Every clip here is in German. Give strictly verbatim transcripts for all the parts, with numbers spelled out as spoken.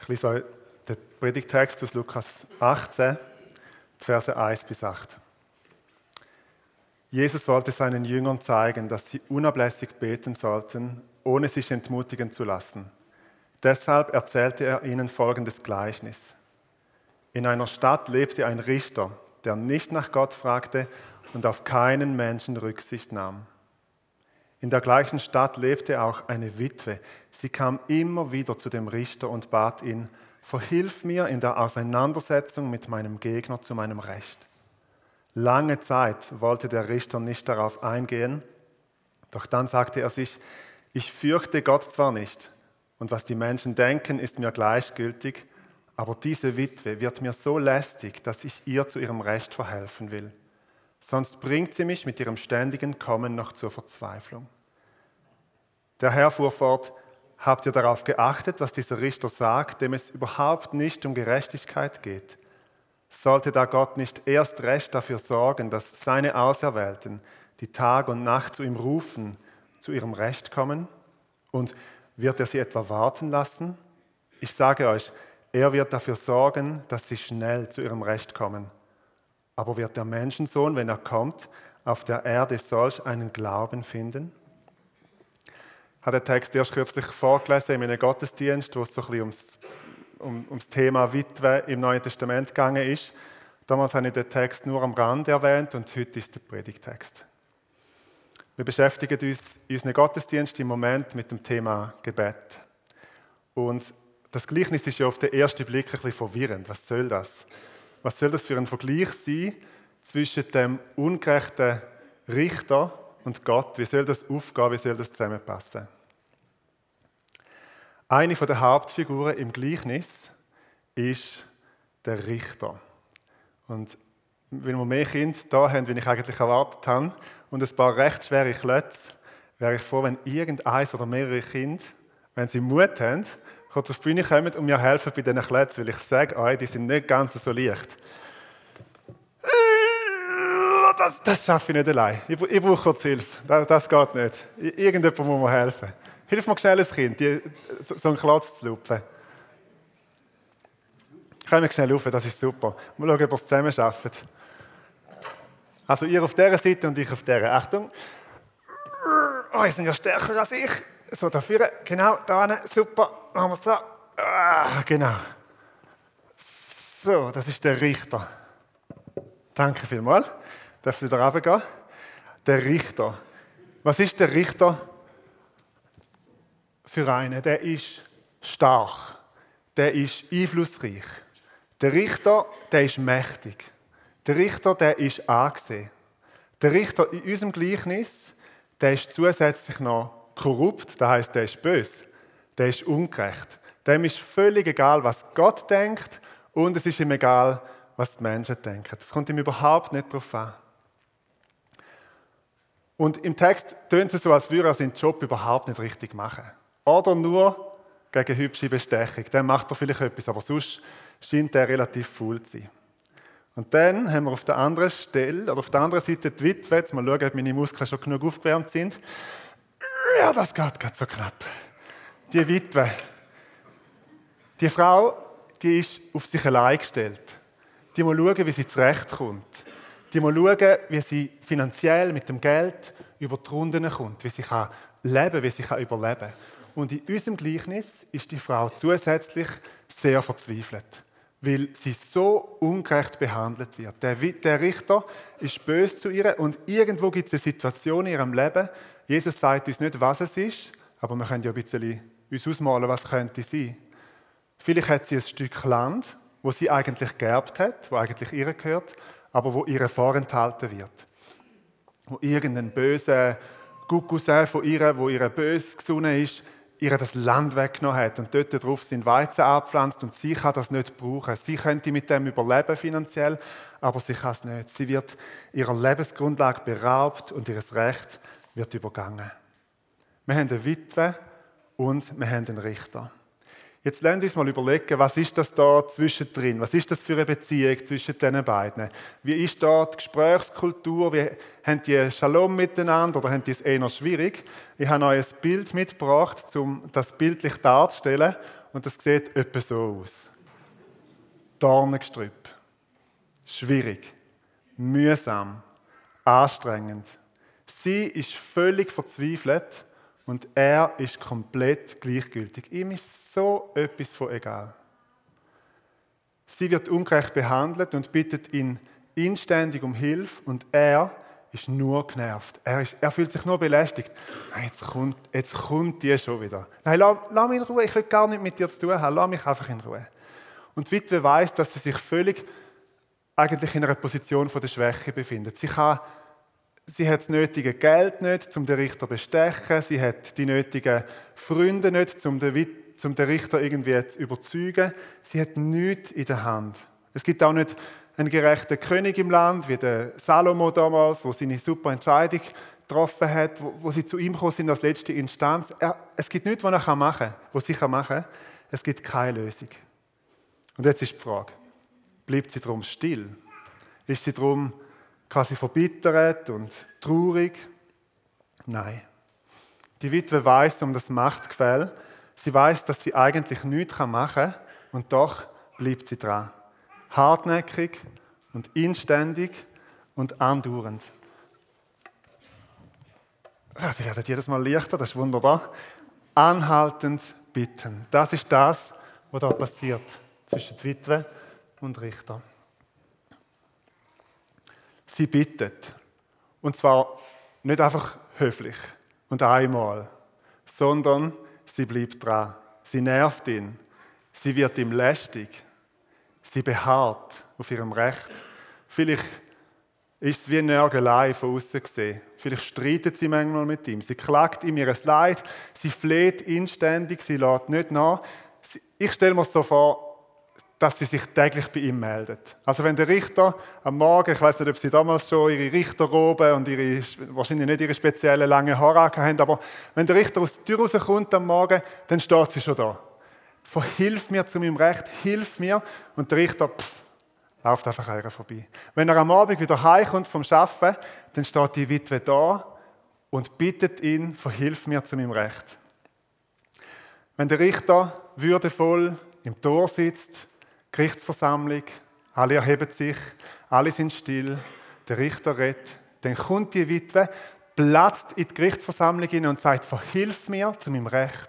Ein bisschen so der Predigtext aus Lukas achtzehn, die Verse eins bis acht. Jesus wollte seinen Jüngern zeigen, dass sie unablässig beten sollten, ohne sich entmutigen zu lassen. Deshalb erzählte er ihnen folgendes Gleichnis. In einer Stadt lebte ein Richter, der nicht nach Gott fragte und auf keinen Menschen Rücksicht nahm. In der gleichen Stadt lebte auch eine Witwe. Sie kam immer wieder zu dem Richter und bat ihn, verhilf mir in der Auseinandersetzung mit meinem Gegner zu meinem Recht. Lange Zeit wollte der Richter nicht darauf eingehen, doch dann sagte er sich, ich fürchte Gott zwar nicht, und was die Menschen denken, ist mir gleichgültig, aber diese Witwe wird mir so lästig, dass ich ihr zu ihrem Recht verhelfen will. Sonst bringt sie mich mit ihrem ständigen Kommen noch zur Verzweiflung. Der Herr fuhr fort, habt ihr darauf geachtet, was dieser Richter sagt, dem es überhaupt nicht um Gerechtigkeit geht? Sollte da Gott nicht erst recht dafür sorgen, dass seine Auserwählten, die Tag und Nacht zu ihm rufen, zu ihrem Recht kommen? Und wird er sie etwa warten lassen? Ich sage euch, er wird dafür sorgen, dass sie schnell zu ihrem Recht kommen. Aber wird der Menschensohn, wenn er kommt, auf der Erde solch einen Glauben finden? Ich habe den Text erst kürzlich vorgelesen in einem Gottesdienst, wo es so ein bisschen ums, um, ums Thema Witwe im Neuen Testament gegangen ist. Damals habe ich den Text nur am Rand erwähnt und heute ist der Predigtext. Wir beschäftigen uns in unserem Gottesdienst im Moment mit dem Thema Gebet. Und das Gleichnis ist ja auf den ersten Blick ein bisschen verwirrend. Was soll das? Was soll das für ein Vergleich sein zwischen dem ungerechten Richter und Gott? Wie soll das aufgehen? Wie soll das zusammenpassen? Eine der Hauptfiguren im Gleichnis ist der Richter. Und weil wir mehr Kinder da haben, wie ich eigentlich erwartet habe, und ein paar recht schwere Klötze, wäre ich froh, wenn irgendeins oder mehrere Kinder, wenn sie Mut haben, kurz auf die Bühne kommen und mir helfen bei diesen Klötzen, weil ich sage euch, die sind nicht ganz so leicht. Das, das schaffe ich nicht allein. Ich, ich brauche kurz Hilfe. Das, das geht nicht. Irgendjemand muss mir helfen. Hilf mir schnell, ein Kind, die, so, so einen Klotz zu lupfen. Können wir schnell rauf, das ist super. Mal schauen, ob wir es zusammen schaffen. Also ihr auf dieser Seite und ich auf dieser. Achtung. Oh, ihr seid ja stärker als ich. So, da vorne, genau, da hinten, super. Machen wir es so. Ah, genau. So, das ist der Richter. Danke vielmals. Darf ich wieder runtergehen? Der Richter. Was ist der Richter für einen? Der ist stark. Der ist einflussreich. Der Richter, der ist mächtig. Der Richter, der ist angesehen. Der Richter in unserem Gleichnis, der ist zusätzlich noch korrupt, das heisst, der ist böse. Der ist ungerecht. Dem ist völlig egal, was Gott denkt, und es ist ihm egal, was die Menschen denken. Das kommt ihm überhaupt nicht darauf an. Und im Text tönt es so, als würde er seinen Job überhaupt nicht richtig machen. Oder nur gegen hübsche Bestechung. Dann macht er vielleicht etwas, aber sonst scheint er relativ faul zu sein. Und dann haben wir auf der anderen Stelle, oder auf der anderen Seite die Witwe. Jetzt mal schauen, ob meine Muskeln schon genug aufgewärmt sind. Ja, das geht gerade so knapp. Die Witwe. Die Frau, die ist auf sich allein gestellt. Die muss schauen, wie sie zurechtkommt. Die muss schauen, wie sie finanziell mit dem Geld über die Runden kommt, wie sie kann leben, wie sie kann überleben. Und in unserem Gleichnis ist die Frau zusätzlich sehr verzweifelt, weil sie so ungerecht behandelt wird. Der, der Richter ist böse zu ihr und irgendwo gibt es eine Situation in ihrem Leben. Jesus sagt uns nicht, was es ist, aber wir können ja ein bisschen uns ausmalen, was könnte sein. Vielleicht hat sie ein Stück Land, wo sie eigentlich geerbt hat, wo eigentlich ihr gehört, aber wo ihr vorenthalten wird. Wo irgendein böser Cousin von ihr, wo ihr böse gesonnen ist, ihr das Land weggenommen hat und dort drauf sind Weizen abpflanzt und sie kann das nicht brauchen. Sie könnte mit dem überleben finanziell, aber sie kann es nicht. Sie wird ihrer Lebensgrundlage beraubt und ihr Recht wird übergangen. Wir haben eine Witwe und wir haben einen Richter. Jetzt lasst uns mal überlegen, was ist das da zwischendrin? Was ist das für eine Beziehung zwischen diesen beiden? Wie ist da die Gesprächskultur? Wie, haben die Shalom miteinander oder haben die es eher schwierig? Ich habe euch ein Bild mitgebracht, um das bildlich darzustellen. und das sieht etwa so aus. Dornengestrüpp. Schwierig. Mühsam. Anstrengend. Sie ist völlig verzweifelt und er ist komplett gleichgültig. Ihm ist so etwas von egal. Sie wird ungerecht behandelt und bittet ihn inständig um Hilfe und er ist nur genervt. Er, ist, er fühlt sich nur belästigt. Nein, jetzt kommt, jetzt kommt die schon wieder. Nein, lass, lass mich in Ruhe, ich will gar nichts mit dir zu tun haben, lass mich einfach in Ruhe. Und die Witwe weiss, dass sie sich völlig eigentlich in einer Position von der Schwäche befindet. Sie, kann, sie hat das nötige Geld nicht, um den Richter zu bestechen. Sie hat die nötigen Freunde nicht, um den, um den Richter irgendwie zu überzeugen. Sie hat nichts in der Hand. Es gibt auch nicht einen gerechten König im Land, wie der Salomo damals, wo seine super Entscheidung getroffen hat, wo, wo sie zu ihm gekommen sind als letzte Instanz. Er, es gibt nichts, was er machen kann, was sie machen kann. Es gibt keine Lösung. Und jetzt ist die Frage, bleibt sie darum still? Ist sie darum quasi verbittert und traurig? Nein. Die Witwe weiss um das Machtgefälle. Sie weiss, dass sie eigentlich nichts machen kann und doch bleibt sie dran. Hartnäckig und inständig und andauernd. Ja, die werden jedes Mal leichter, das ist wunderbar. Anhaltend bitten. Das ist das, was da passiert zwischen Witwe und Richter. Sie bittet. Und zwar nicht einfach höflich und einmal, sondern sie bleibt dran. Sie nervt ihn. Sie wird ihm lästig. Sie beharrt auf ihrem Recht. Vielleicht ist es wie eine Nörgelei von außen gesehen. Vielleicht streitet sie manchmal mit ihm. Sie klagt ihm ihr Leid. Sie fleht inständig. Sie lässt nicht nach. Ich stelle mir so vor, dass sie sich täglich bei ihm meldet. Also wenn der Richter am Morgen, ich weiß nicht, ob sie damals schon ihre Richterrobe und ihre, wahrscheinlich nicht ihre speziellen langen Haare haben, aber wenn der Richter aus der Tür rauskommt am Morgen, dann steht sie schon da. Verhilf mir zu meinem Recht, hilf mir. Und der Richter pff, läuft einfach an ihr vorbei. Wenn er am Abend wieder heimkommt vom Arbeiten, dann steht die Witwe da und bittet ihn, verhilf mir zu meinem Recht. Wenn der Richter würdevoll im Tor sitzt, Gerichtsversammlung, alle erheben sich, alle sind still, der Richter redet, dann kommt die Witwe, platzt in die Gerichtsversammlung hinein und sagt, verhilf mir zu meinem Recht.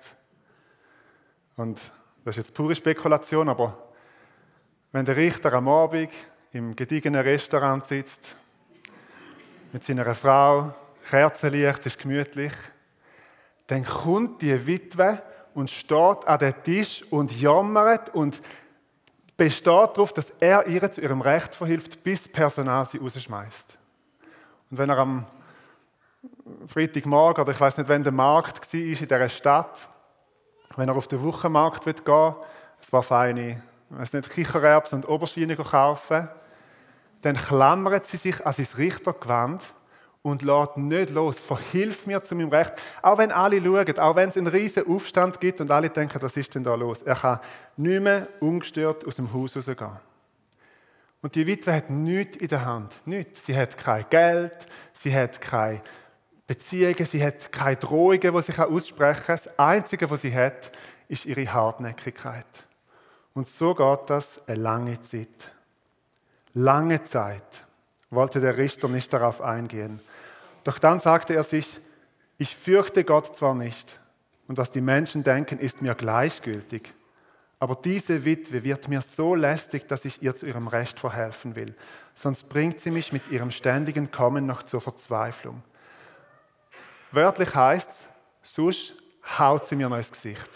Und das ist jetzt pure Spekulation, aber wenn der Richter am Abend im gediegenen Restaurant sitzt, mit seiner Frau, Kerzenlicht, es ist gemütlich, dann kommt die Witwe und steht an den Tisch und jammert und besteht darauf, dass er ihr zu ihrem Recht verhilft, bis das Personal sie rausschmeißt. Und wenn er am Freitagmorgen, oder ich weiß nicht, wann der Markt war in dieser Stadt, wenn er auf den Wochenmarkt gehen will, es war feine, ich weiß nicht, Kichererbsen und Auberginen kaufen, dann klammert sie sich an sein Richtergewand und lässt nicht los. Verhilf mir zu meinem Recht. Auch wenn alle schauen, auch wenn es einen riesen Aufstand gibt und alle denken, was ist denn da los? Er kann nicht mehr ungestört aus dem Haus rausgehen. Und die Witwe hat nichts in der Hand. Nichts. Sie hat kein Geld, sie hat keine Beziehungen, sie hat keine Drohungen, die sie aussprechen kann. Das Einzige, was sie hat, ist ihre Hartnäckigkeit. Und so geht das eine lange Zeit. Lange Zeit wollte der Richter nicht darauf eingehen. Doch dann sagte er sich, ich fürchte Gott zwar nicht, und was die Menschen denken, ist mir gleichgültig, aber diese Witwe wird mir so lästig, dass ich ihr zu ihrem Recht verhelfen will. Sonst bringt sie mich mit ihrem ständigen Kommen noch zur Verzweiflung. Wörtlich heißt es, sonst haut sie mir noch ins Gesicht.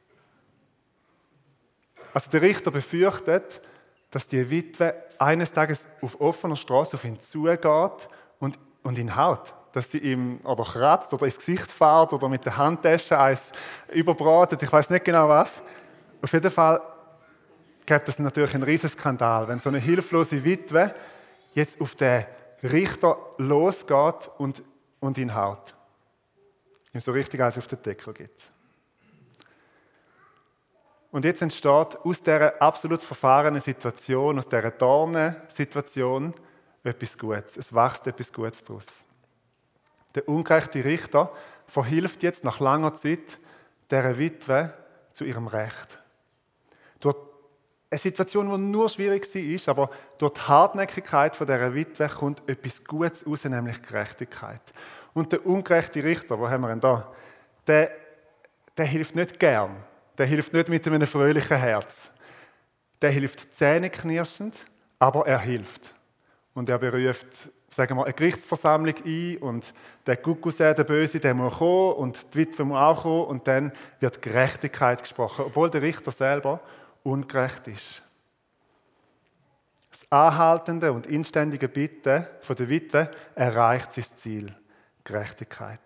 Also der Richter befürchtet, dass die Witwe eines Tages auf offener Straße auf ihn zugeht und, und ihn haut. Dass sie ihm oder kratzt oder ins Gesicht fährt oder mit der Handtasche eins überbratet. Ich weiß nicht genau was. Auf jeden Fall gibt es natürlich einen riesen Skandal, wenn so eine hilflose Witwe jetzt auf den Richter losgeht und, und ihn haut. Ihm so richtig eins auf den Deckel gibt. Und jetzt entsteht aus dieser absolut verfahrenen Situation, aus dieser Dornen-Situation etwas Gutes. Es wächst etwas Gutes daraus. Der ungerechte Richter verhilft jetzt nach langer Zeit dieser Witwe zu ihrem Recht. Durch eine Situation, die nur schwierig war, aber durch die Hartnäckigkeit von dieser Witwe kommt etwas Gutes raus, nämlich Gerechtigkeit. Und der ungerechte Richter, wo haben wir ihn da? Der, der hilft nicht gern. Der hilft nicht mit einem fröhlichen Herz. Der hilft zähneknirschend, aber er hilft. Und er beruft, sagen wir, eine Gerichtsversammlung ein und der Kuckuck, der Böse, der muss kommen und die Witwe muss auch kommen und dann wird Gerechtigkeit gesprochen, obwohl der Richter selber ungerecht ist. Das anhaltende und inständige Bitten von der Witwe erreicht sein Ziel, Gerechtigkeit.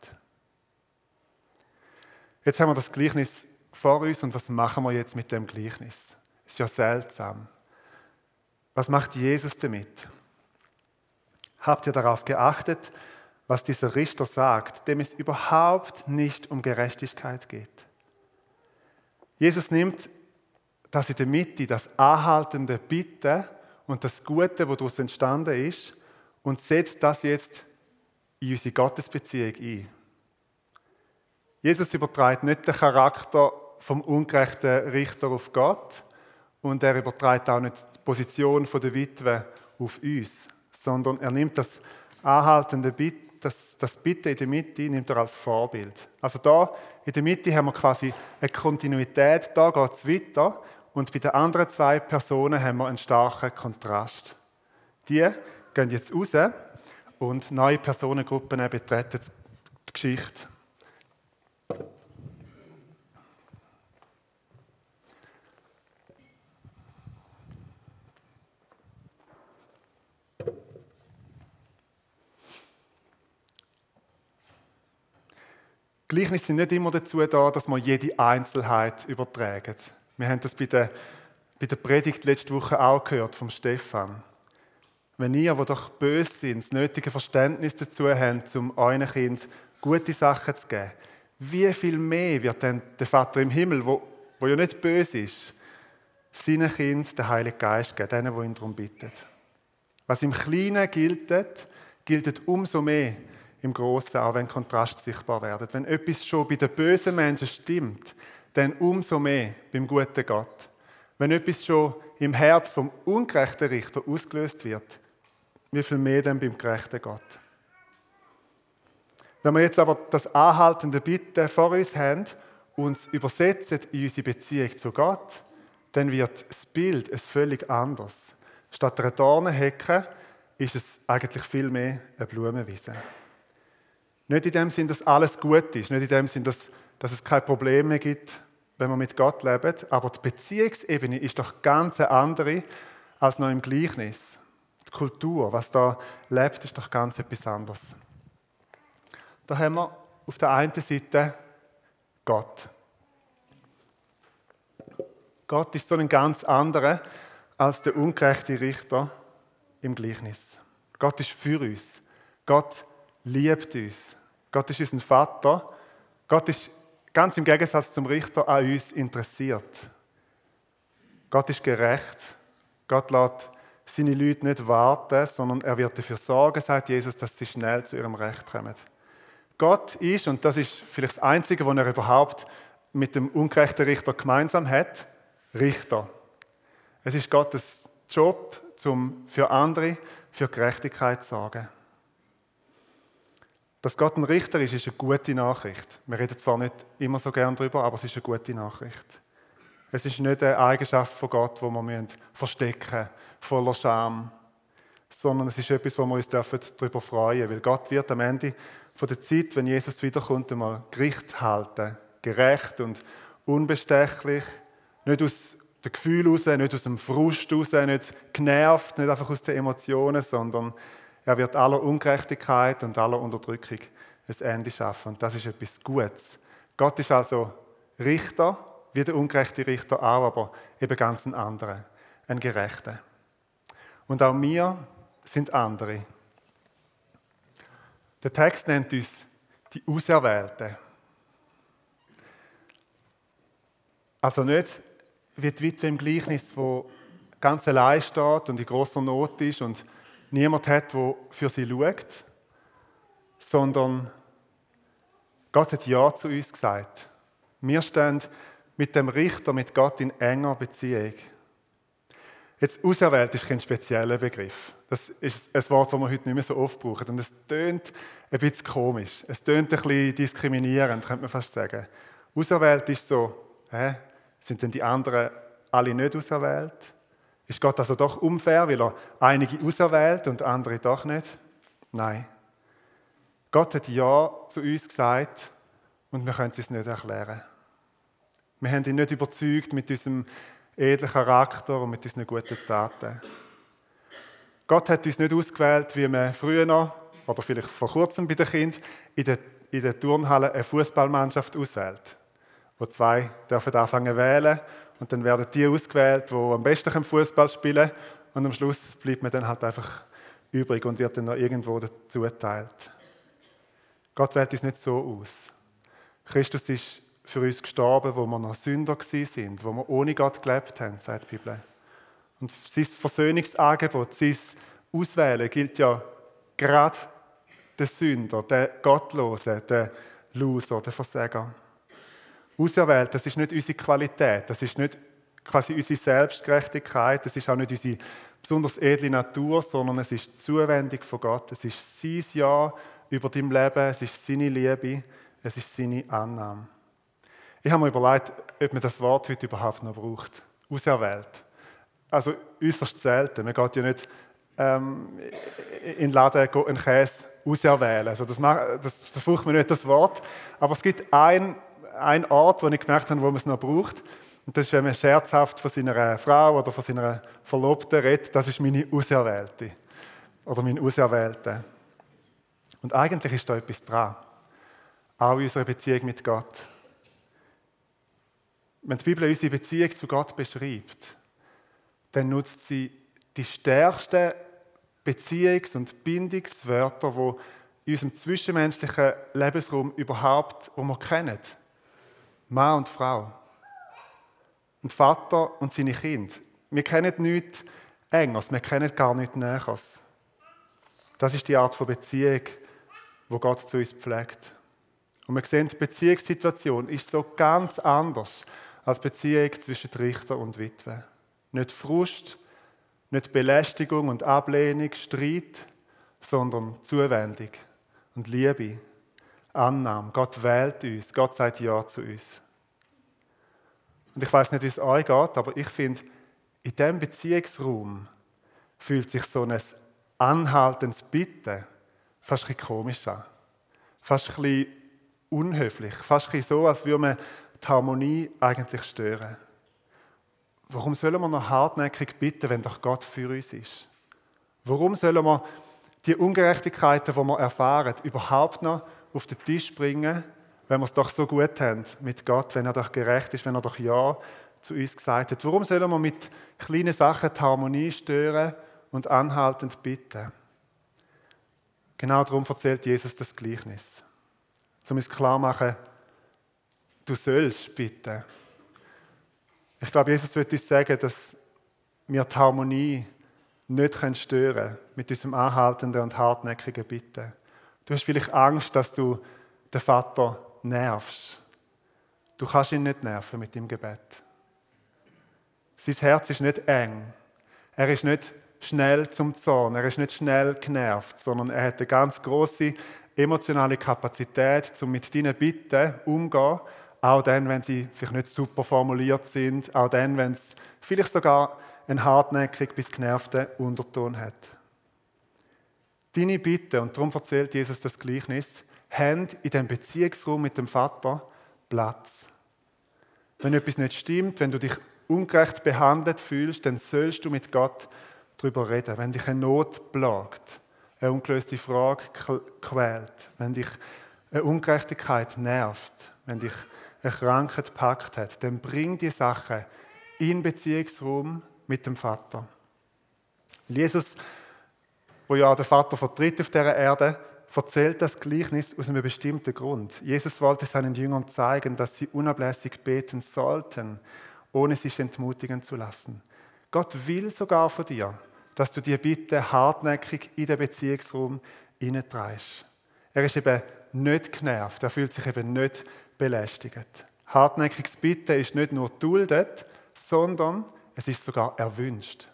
Jetzt haben wir das Gleichnis vor uns und was machen wir jetzt mit dem Gleichnis? Ist ja seltsam. Was macht Jesus damit? Habt ihr darauf geachtet, was dieser Richter sagt, dem es überhaupt nicht um Gerechtigkeit geht? Jesus nimmt das in der Mitte, das anhaltende Bitten und das Gute, das daraus entstanden ist, und setzt das jetzt in unsere Gottesbeziehung ein. Jesus überträgt nicht den Charakter vom ungerechten Richter auf Gott und er überträgt auch nicht die Position der Witwe auf uns, sondern er nimmt das anhaltende Bitten, das, das Bitten in der Mitte nimmt er als Vorbild. Also da in der Mitte haben wir quasi eine Kontinuität, da geht es weiter und bei den anderen zwei Personen haben wir einen starken Kontrast. Die gehen jetzt raus und neue Personengruppen betreten die Geschichte. Gleichnisse sind nicht immer dazu da, dass wir jede Einzelheit übertragen. Wir haben das bei der, bei der Predigt letzte Woche auch gehört vom Stefan. Wenn ihr, die doch böse sind, das nötige Verständnis dazu habt, um euren Kind gute Sachen zu geben, wie viel mehr wird dann der Vater im Himmel, wo, wo ja nicht böse ist, seinen Kind den Heiligen Geist geben, denen, die ihn darum bitten. Was im Kleinen gilt, gilt umso mehr im Grossen, auch wenn Kontraste sichtbar werden. Wenn etwas schon bei den bösen Menschen stimmt, dann umso mehr beim guten Gott. Wenn etwas schon im Herz vom ungerechten Richter ausgelöst wird, wie viel mehr dann beim gerechten Gott. Wenn wir jetzt aber das anhaltende Bitten vor uns haben und es übersetzen in unsere Beziehung zu Gott, dann wird das Bild ein völlig anderes. Statt einer Dornenhecke ist es eigentlich viel mehr eine Blumenwiese. Nicht in dem Sinn, dass alles gut ist, nicht in dem Sinn, dass, dass es keine Probleme gibt, wenn wir mit Gott leben, aber die Beziehungsebene ist doch ganz eine andere als noch im Gleichnis. Die Kultur, was da lebt, ist doch ganz etwas anderes. Da haben wir auf der einen Seite Gott. Gott ist so ein ganz anderer als der ungerechte Richter im Gleichnis. Gott ist für uns. Gott liebt uns. Gott ist unser Vater. Gott ist ganz im Gegensatz zum Richter an uns interessiert. Gott ist gerecht. Gott lässt seine Leute nicht warten, sondern er wird dafür sorgen, sagt Jesus, dass sie schnell zu ihrem Recht kommen. Gott ist, und das ist vielleicht das Einzige, was er überhaupt mit dem ungerechten Richter gemeinsam hat, Richter. Es ist Gottes Job, um für andere, für Gerechtigkeit zu sorgen. Dass Gott ein Richter ist, ist eine gute Nachricht. Wir reden zwar nicht immer so gern darüber, aber es ist eine gute Nachricht. Es ist nicht eine Eigenschaft von Gott, die wir verstecken müssen, voller Scham, sondern es ist etwas, wo wir uns darüber freuen dürfen. Weil Gott wird am Ende der Zeit, wenn Jesus wiederkommt, einmal Gericht halten. Gerecht und unbestechlich. Nicht aus dem Gefühl heraus, nicht aus dem Frust heraus, nicht genervt, nicht einfach aus den Emotionen, sondern er wird aller Ungerechtigkeit und aller Unterdrückung ein Ende schaffen. Und das ist etwas Gutes. Gott ist also Richter, wie der ungerechte Richter auch, aber eben ganz ein anderer, ein Gerechter. Und auch wir sind andere. Der Text nennt uns die Auserwählten. Also nicht wie die Witwe im Gleichnis, wo ganz allein steht und in grosser Not ist und niemand hat, der für sie schaut, sondern Gott hat Ja zu uns gesagt. Wir stehen mit dem Richter, mit Gott in enger Beziehung. Jetzt auserwählt ist kein spezieller Begriff. Das ist ein Wort, das wir heute nicht mehr so oft brauchen. Und es tönt ein bisschen komisch. Es tönt ein bisschen diskriminierend, könnte man fast sagen. Auserwählt ist so, hä? Sind denn die anderen alle nicht auserwählt? Ist Gott also doch unfair, weil er einige auserwählt und andere doch nicht? Nein. Gott hat Ja zu uns gesagt und wir können es uns nicht erklären. Wir haben ihn nicht überzeugt mit unserem edlen Charakter und mit unseren guten Taten. Gott hat uns nicht ausgewählt, wie man früher noch, oder vielleicht vor kurzem bei den Kindern, in der, in der Turnhalle eine Fußballmannschaft auswählt. Wo zwei dürfen anfangen zu wählen und dann werden die ausgewählt, die am besten Fußball spielen können. Und am Schluss bleibt man dann halt einfach übrig und wird dann noch irgendwo dazu geteilt. Gott wählt uns nicht so aus. Christus ist für uns gestorben, wo wir noch Sünder waren, wo wir ohne Gott gelebt haben, sagt die Bibel. Und sein Versöhnungsangebot, sein Auswählen gilt ja gerade den Sünder, den Gottlosen, den Loser, den Versager. Auserwählt, das ist nicht unsere Qualität, das ist nicht quasi unsere Selbstgerechtigkeit, das ist auch nicht unsere besonders edle Natur, sondern es ist die Zuwendung von Gott, es ist sein Ja über dein Leben, es ist seine Liebe, es ist seine Annahme. Ich habe mir überlegt, ob man das Wort heute überhaupt noch braucht. Auserwählt. Also äußerst selten. Man geht ja nicht ähm, in den Laden einen Käse auserwählen. Also das, das, das braucht man nicht, das Wort. Aber es gibt einen Ort, wo ich gemerkt habe, wo man es noch braucht. Und das ist, wenn man scherzhaft von seiner Frau oder von seiner Verlobten redet. Das ist meine Auserwählte. Oder mein Auserwählte. Und eigentlich ist da etwas dran. Auch in unserer Beziehung mit Gott. Wenn die Bibel unsere Beziehung zu Gott beschreibt, dann nutzt sie die stärksten Beziehungs- und Bindungswörter, die in unserem zwischenmenschlichen Lebensraum überhaupt, wo wir kennen. Mann und Frau. Und Vater und seine Kinder. Wir kennen nichts Engeres, wir kennen gar nichts Näheres. Das ist die Art von Beziehung, die Gott zu uns pflegt. Und wir sehen, die Beziehungssituation ist so ganz anders als Beziehung zwischen Richter und Witwe. Nicht Frust, nicht Belästigung und Ablehnung, Streit, sondern Zuwendung und Liebe, Annahme. Gott wählt uns, Gott sagt Ja zu uns. Und ich weiß nicht, wie es euch geht, aber ich finde, in diesem Beziehungsraum fühlt sich so ein anhaltendes Bitten fast ein bisschen komisch an. Fast ein bisschen unhöflich. Fast ein bisschen so, als würde man die Harmonie eigentlich stören. Warum sollen wir noch hartnäckig bitten, wenn doch Gott für uns ist? Warum sollen wir die Ungerechtigkeiten, die wir erfahren, überhaupt noch auf den Tisch bringen, wenn wir es doch so gut haben mit Gott, wenn er doch gerecht ist, wenn er doch Ja zu uns gesagt hat? Warum sollen wir mit kleinen Sachen die Harmonie stören und anhaltend bitten? Genau darum erzählt Jesus das Gleichnis. Um uns klar machen, du sollst bitten. Ich glaube, Jesus wird uns sagen, dass wir die Harmonie nicht stören können mit unserem anhaltenden und hartnäckigen Bitten. Du hast vielleicht Angst, dass du den Vater nervst. Du kannst ihn nicht nerven mit dem Gebet. Sein Herz ist nicht eng. Er ist nicht schnell zum Zorn. Er ist nicht schnell genervt, sondern er hat eine ganz grosse emotionale Kapazität, um mit deinen Bitten umzugehen, auch dann, wenn sie vielleicht nicht super formuliert sind, auch dann, wenn es vielleicht sogar einen hartnäckig bis genervten Unterton hat. Deine Bitten, und darum erzählt Jesus das Gleichnis, haben in dem Beziehungsraum mit dem Vater Platz. Wenn etwas nicht stimmt, wenn du dich ungerecht behandelt fühlst, dann sollst du mit Gott darüber reden. Wenn dich eine Not plagt, eine ungelöste Frage quält, wenn dich eine Ungerechtigkeit nervt, wenn dich eine Krankheit gepackt hat, dann bring die Sachen in den Beziehungsraum mit dem Vater. Jesus, wo ja der Vater vertritt auf dieser Erde, erzählt das Gleichnis aus einem bestimmten Grund. Jesus wollte seinen Jüngern zeigen, dass sie unablässig beten sollten, ohne sich entmutigen zu lassen. Gott will sogar von dir, dass du die Bitte hartnäckig in den Beziehungsraum hineintreibst. Er ist eben nicht genervt, er fühlt sich eben nicht belästigt. Hartnäckiges Bitten ist nicht nur duldet, sondern es ist sogar erwünscht.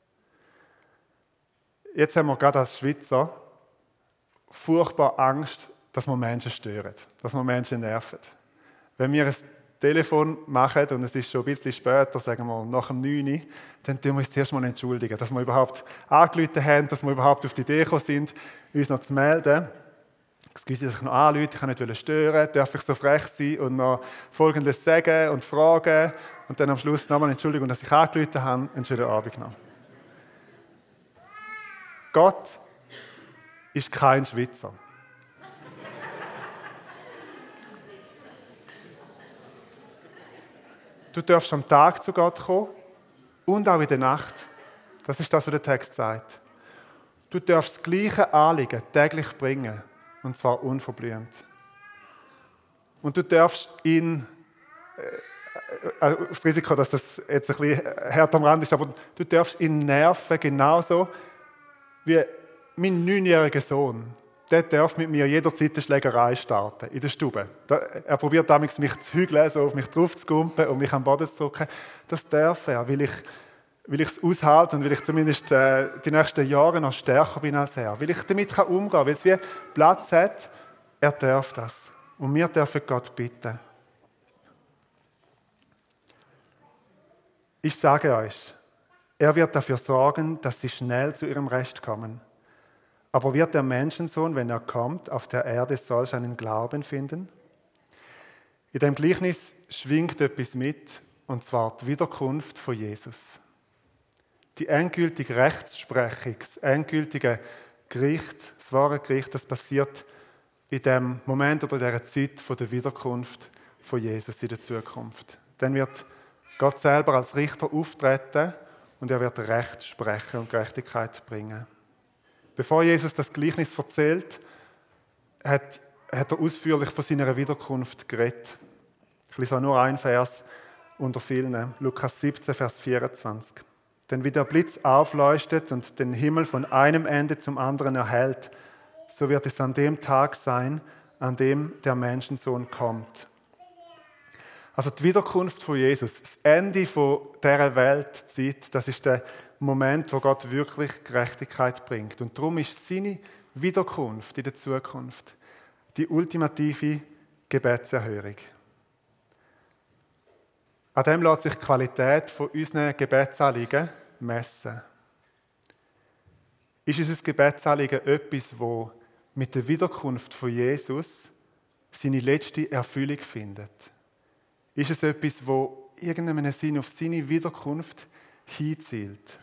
Jetzt haben wir gerade als Schweizer furchtbar Angst, dass wir Menschen stören, dass wir Menschen nerven. Wenn wir ein Telefon machen und es ist schon ein bisschen später, sagen wir nach dem neun Uhr, dann tun wir uns zuerst mal entschuldigen, dass wir überhaupt angerufen haben, dass wir überhaupt auf die Idee gekommen sind, uns noch zu melden. Excuse, dass ich noch anrufe, ich kann nicht stören, darf ich so frech sein und noch Folgendes sagen und fragen und dann am Schluss nochmal Entschuldigung, dass ich angerufen habe, einen schönen Abend noch. Gott ist kein Schweizer. Du darfst am Tag zu Gott kommen und auch in der Nacht. Das ist das, was der Text sagt. Du darfst das gleiche Anliegen täglich bringen, und zwar unverblümt. Und du darfst ihn, äh, äh, aufs Risiko, dass das jetzt ein bisschen hart am Rand ist, aber du darfst ihn nerven, genauso wie mein neunjähriger Sohn. Der darf mit mir jederzeit eine Schlägerei starten, in der Stube. Er probiert damals mich zu hügeln, so auf mich drauf zu gumpen und mich am Boden zu drücken. Das darf er, weil ich, weil ich es aushalte und weil ich zumindest äh, die nächsten Jahre noch stärker bin als er. Weil ich damit kann umgehen kann, weil es wie Platz hat. Er darf das. Und wir dürfen Gott bitten. Ich sage euch, er wird dafür sorgen, dass sie schnell zu ihrem Recht kommen. Aber wird der Menschensohn, wenn er kommt, auf der Erde solch einen Glauben finden? In dem Gleichnis schwingt etwas mit, und zwar die Wiederkunft von Jesus. Die endgültige Rechtsprechung, das endgültige Gericht, das wahre Gericht, das passiert in dem Moment oder in dieser Zeit von der Wiederkunft von Jesus in der Zukunft. Dann wird Gott selber als Richter auftreten und er wird Recht sprechen und Gerechtigkeit bringen. Bevor Jesus das Gleichnis erzählt, hat, hat er ausführlich von seiner Wiederkunft geredet. Ich lese nur einen Vers unter vielen. Lukas siebzehn, Vers vierundzwanzig. Denn wie der Blitz aufleuchtet und den Himmel von einem Ende zum anderen erhellt, so wird es an dem Tag sein, an dem der Menschensohn kommt. Also die Wiederkunft von Jesus, das Ende von dieser Weltzeit, das ist der Moment, wo Gott wirklich Gerechtigkeit bringt. Und darum ist seine Wiederkunft in der Zukunft die ultimative Gebetserhörung. An dem lässt sich die Qualität von unseren Gebetsanliegen messen. Ist unser Gebetsanliegen etwas, das mit der Wiederkunft von Jesus seine letzte Erfüllung findet? Ist es etwas, das in irgendeinem Sinn auf seine Wiederkunft hinzielt?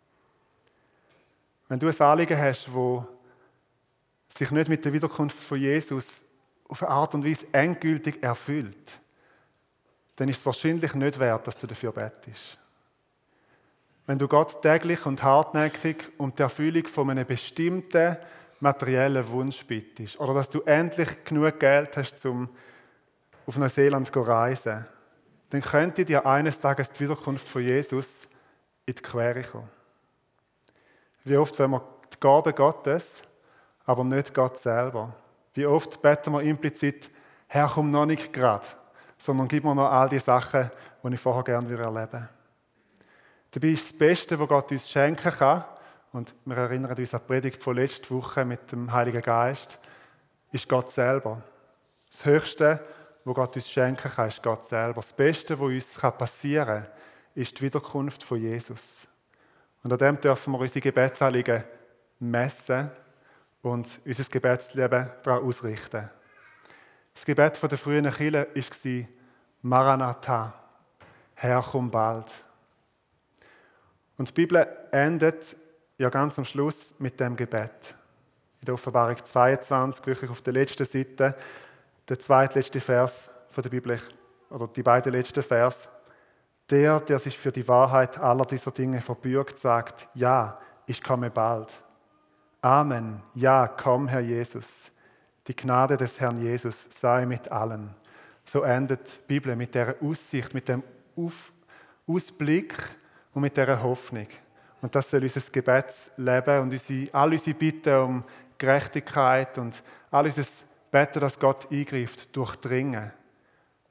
Wenn du ein Anliegen hast, das sich nicht mit der Wiederkunft von Jesus auf eine Art und Weise endgültig erfüllt, dann ist es wahrscheinlich nicht wert, dass du dafür betest. Wenn du Gott täglich und hartnäckig um die Erfüllung von einem bestimmten materiellen Wunsch bittest oder dass du endlich genug Geld hast, um auf Neuseeland zu reisen, dann könnte dir eines Tages die Wiederkunft von Jesus in die Quere kommen. Wie oft wollen wir die Gabe Gottes, aber nicht Gott selber. Wie oft beten wir implizit, Herr, komm noch nicht gerade, sondern gib mir noch all die Sachen, die ich vorher gerne erleben würde. Dabei ist das Beste, was Gott uns schenken kann, und wir erinnern uns an die Predigt von letzter Woche mit dem Heiligen Geist, ist Gott selber. Das Höchste, was Gott uns schenken kann, ist Gott selber. Das Beste, was uns passieren kann, ist die Wiederkunft von Jesus. Und an dem dürfen wir unsere Gebetsanliegen messen und unser Gebetsleben daran ausrichten. Das Gebet der frühen Kirche war Maranatha, Herr, komm bald. Und die Bibel endet ja ganz am Schluss mit dem Gebet. In der Offenbarung zweiundzwanzig, wirklich auf der letzten Seite, der zweitletzte Vers von der Bibel, oder die beiden letzten Vers. Der, der sich für die Wahrheit aller dieser Dinge verbürgt, sagt, ja, ich komme bald. Amen, ja, komm, Herr Jesus. Die Gnade des Herrn Jesus sei mit allen. So endet die Bibel mit dieser Aussicht, mit dem Auf- Ausblick und mit dieser Hoffnung. Und das soll unser Gebetsleben und unsere, all unsere Bitten um Gerechtigkeit und all unser Beten, dass Gott eingreift, durchdringen.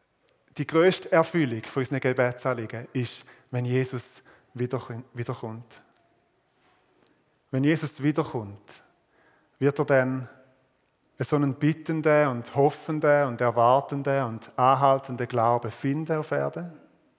die grösste Erfüllung von unseren Gebetsanliegen ist, wenn Jesus wiederkommt. Wenn Jesus wiederkommt, wird er dann so einen bittenden und hoffenden und erwartenden und anhaltenden Glauben finden auf Erden?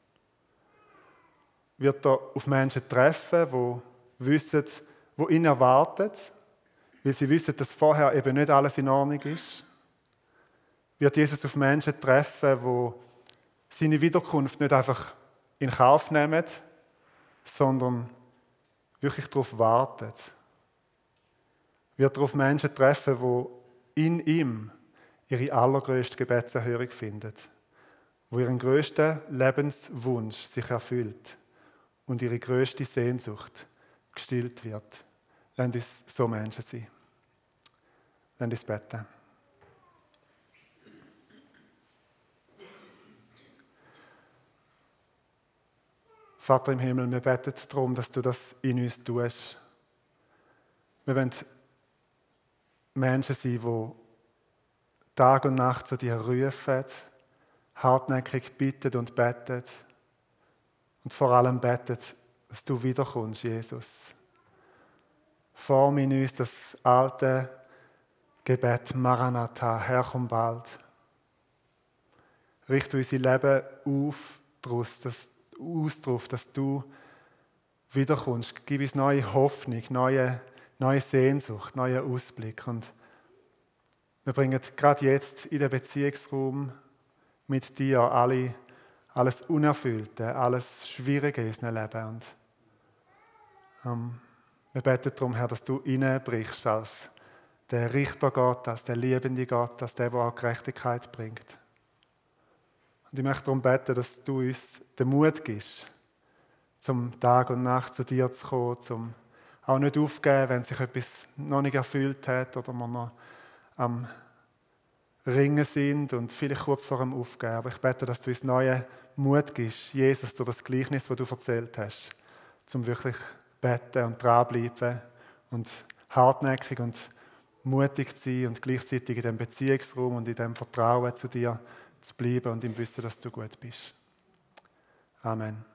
Wird er auf Menschen treffen, die wissen, wo ihn erwartet, weil sie wissen, dass vorher eben nicht alles in Ordnung ist? Wird Jesus auf Menschen treffen, die seine Wiederkunft nicht einfach in Kauf nehmen, sondern wirklich darauf warten? Wird er auf Menschen treffen, die in ihm ihre allergrößte Gebetserhörung finden, wo ihren grössten Lebenswunsch sich erfüllt und ihre grösste Sehnsucht gestillt wird? Lasst uns so Menschen sein. Lasst uns beten. Vater im Himmel, wir beten darum, dass du das in uns tust. Wir wollen Menschen sein, die Tag und Nacht zu dir rufen, hartnäckig bitten und beten und vor allem beten, dass du wiederkommst, Jesus. Form in uns das alte Gebet Maranatha, Herr, komm bald. Richte unser Leben auf, aus darauf, dass du wiederkommst. Gib uns neue Hoffnung, neue, neue Sehnsucht, neuen Ausblick. Und wir bringen gerade jetzt in den Beziehungsraum mit dir alle, alles Unerfüllte, alles Schwierige in unserem Leben. Und ähm, wir beten darum, Herr, dass du reinbrichst als der Richter Gott, als der liebende Gott, als der, der auch Gerechtigkeit bringt. Und ich möchte darum beten, dass du uns den Mut gibst, zum Tag und Nacht zu dir zu kommen, zum auch nicht aufgeben, wenn sich etwas noch nicht erfüllt hat oder wir noch am Ringen sind und vielleicht kurz vor dem Aufgeben. Aber ich bete, dass du uns neuen Mut gibst, Jesus, durch das Gleichnis, das du erzählt hast, zum wirklich beten und dranbleiben und hartnäckig und mutig zu sein und gleichzeitig in dem Beziehungsraum und in dem Vertrauen zu dir zu bleiben und im Wissen, dass du gut bist. Amen.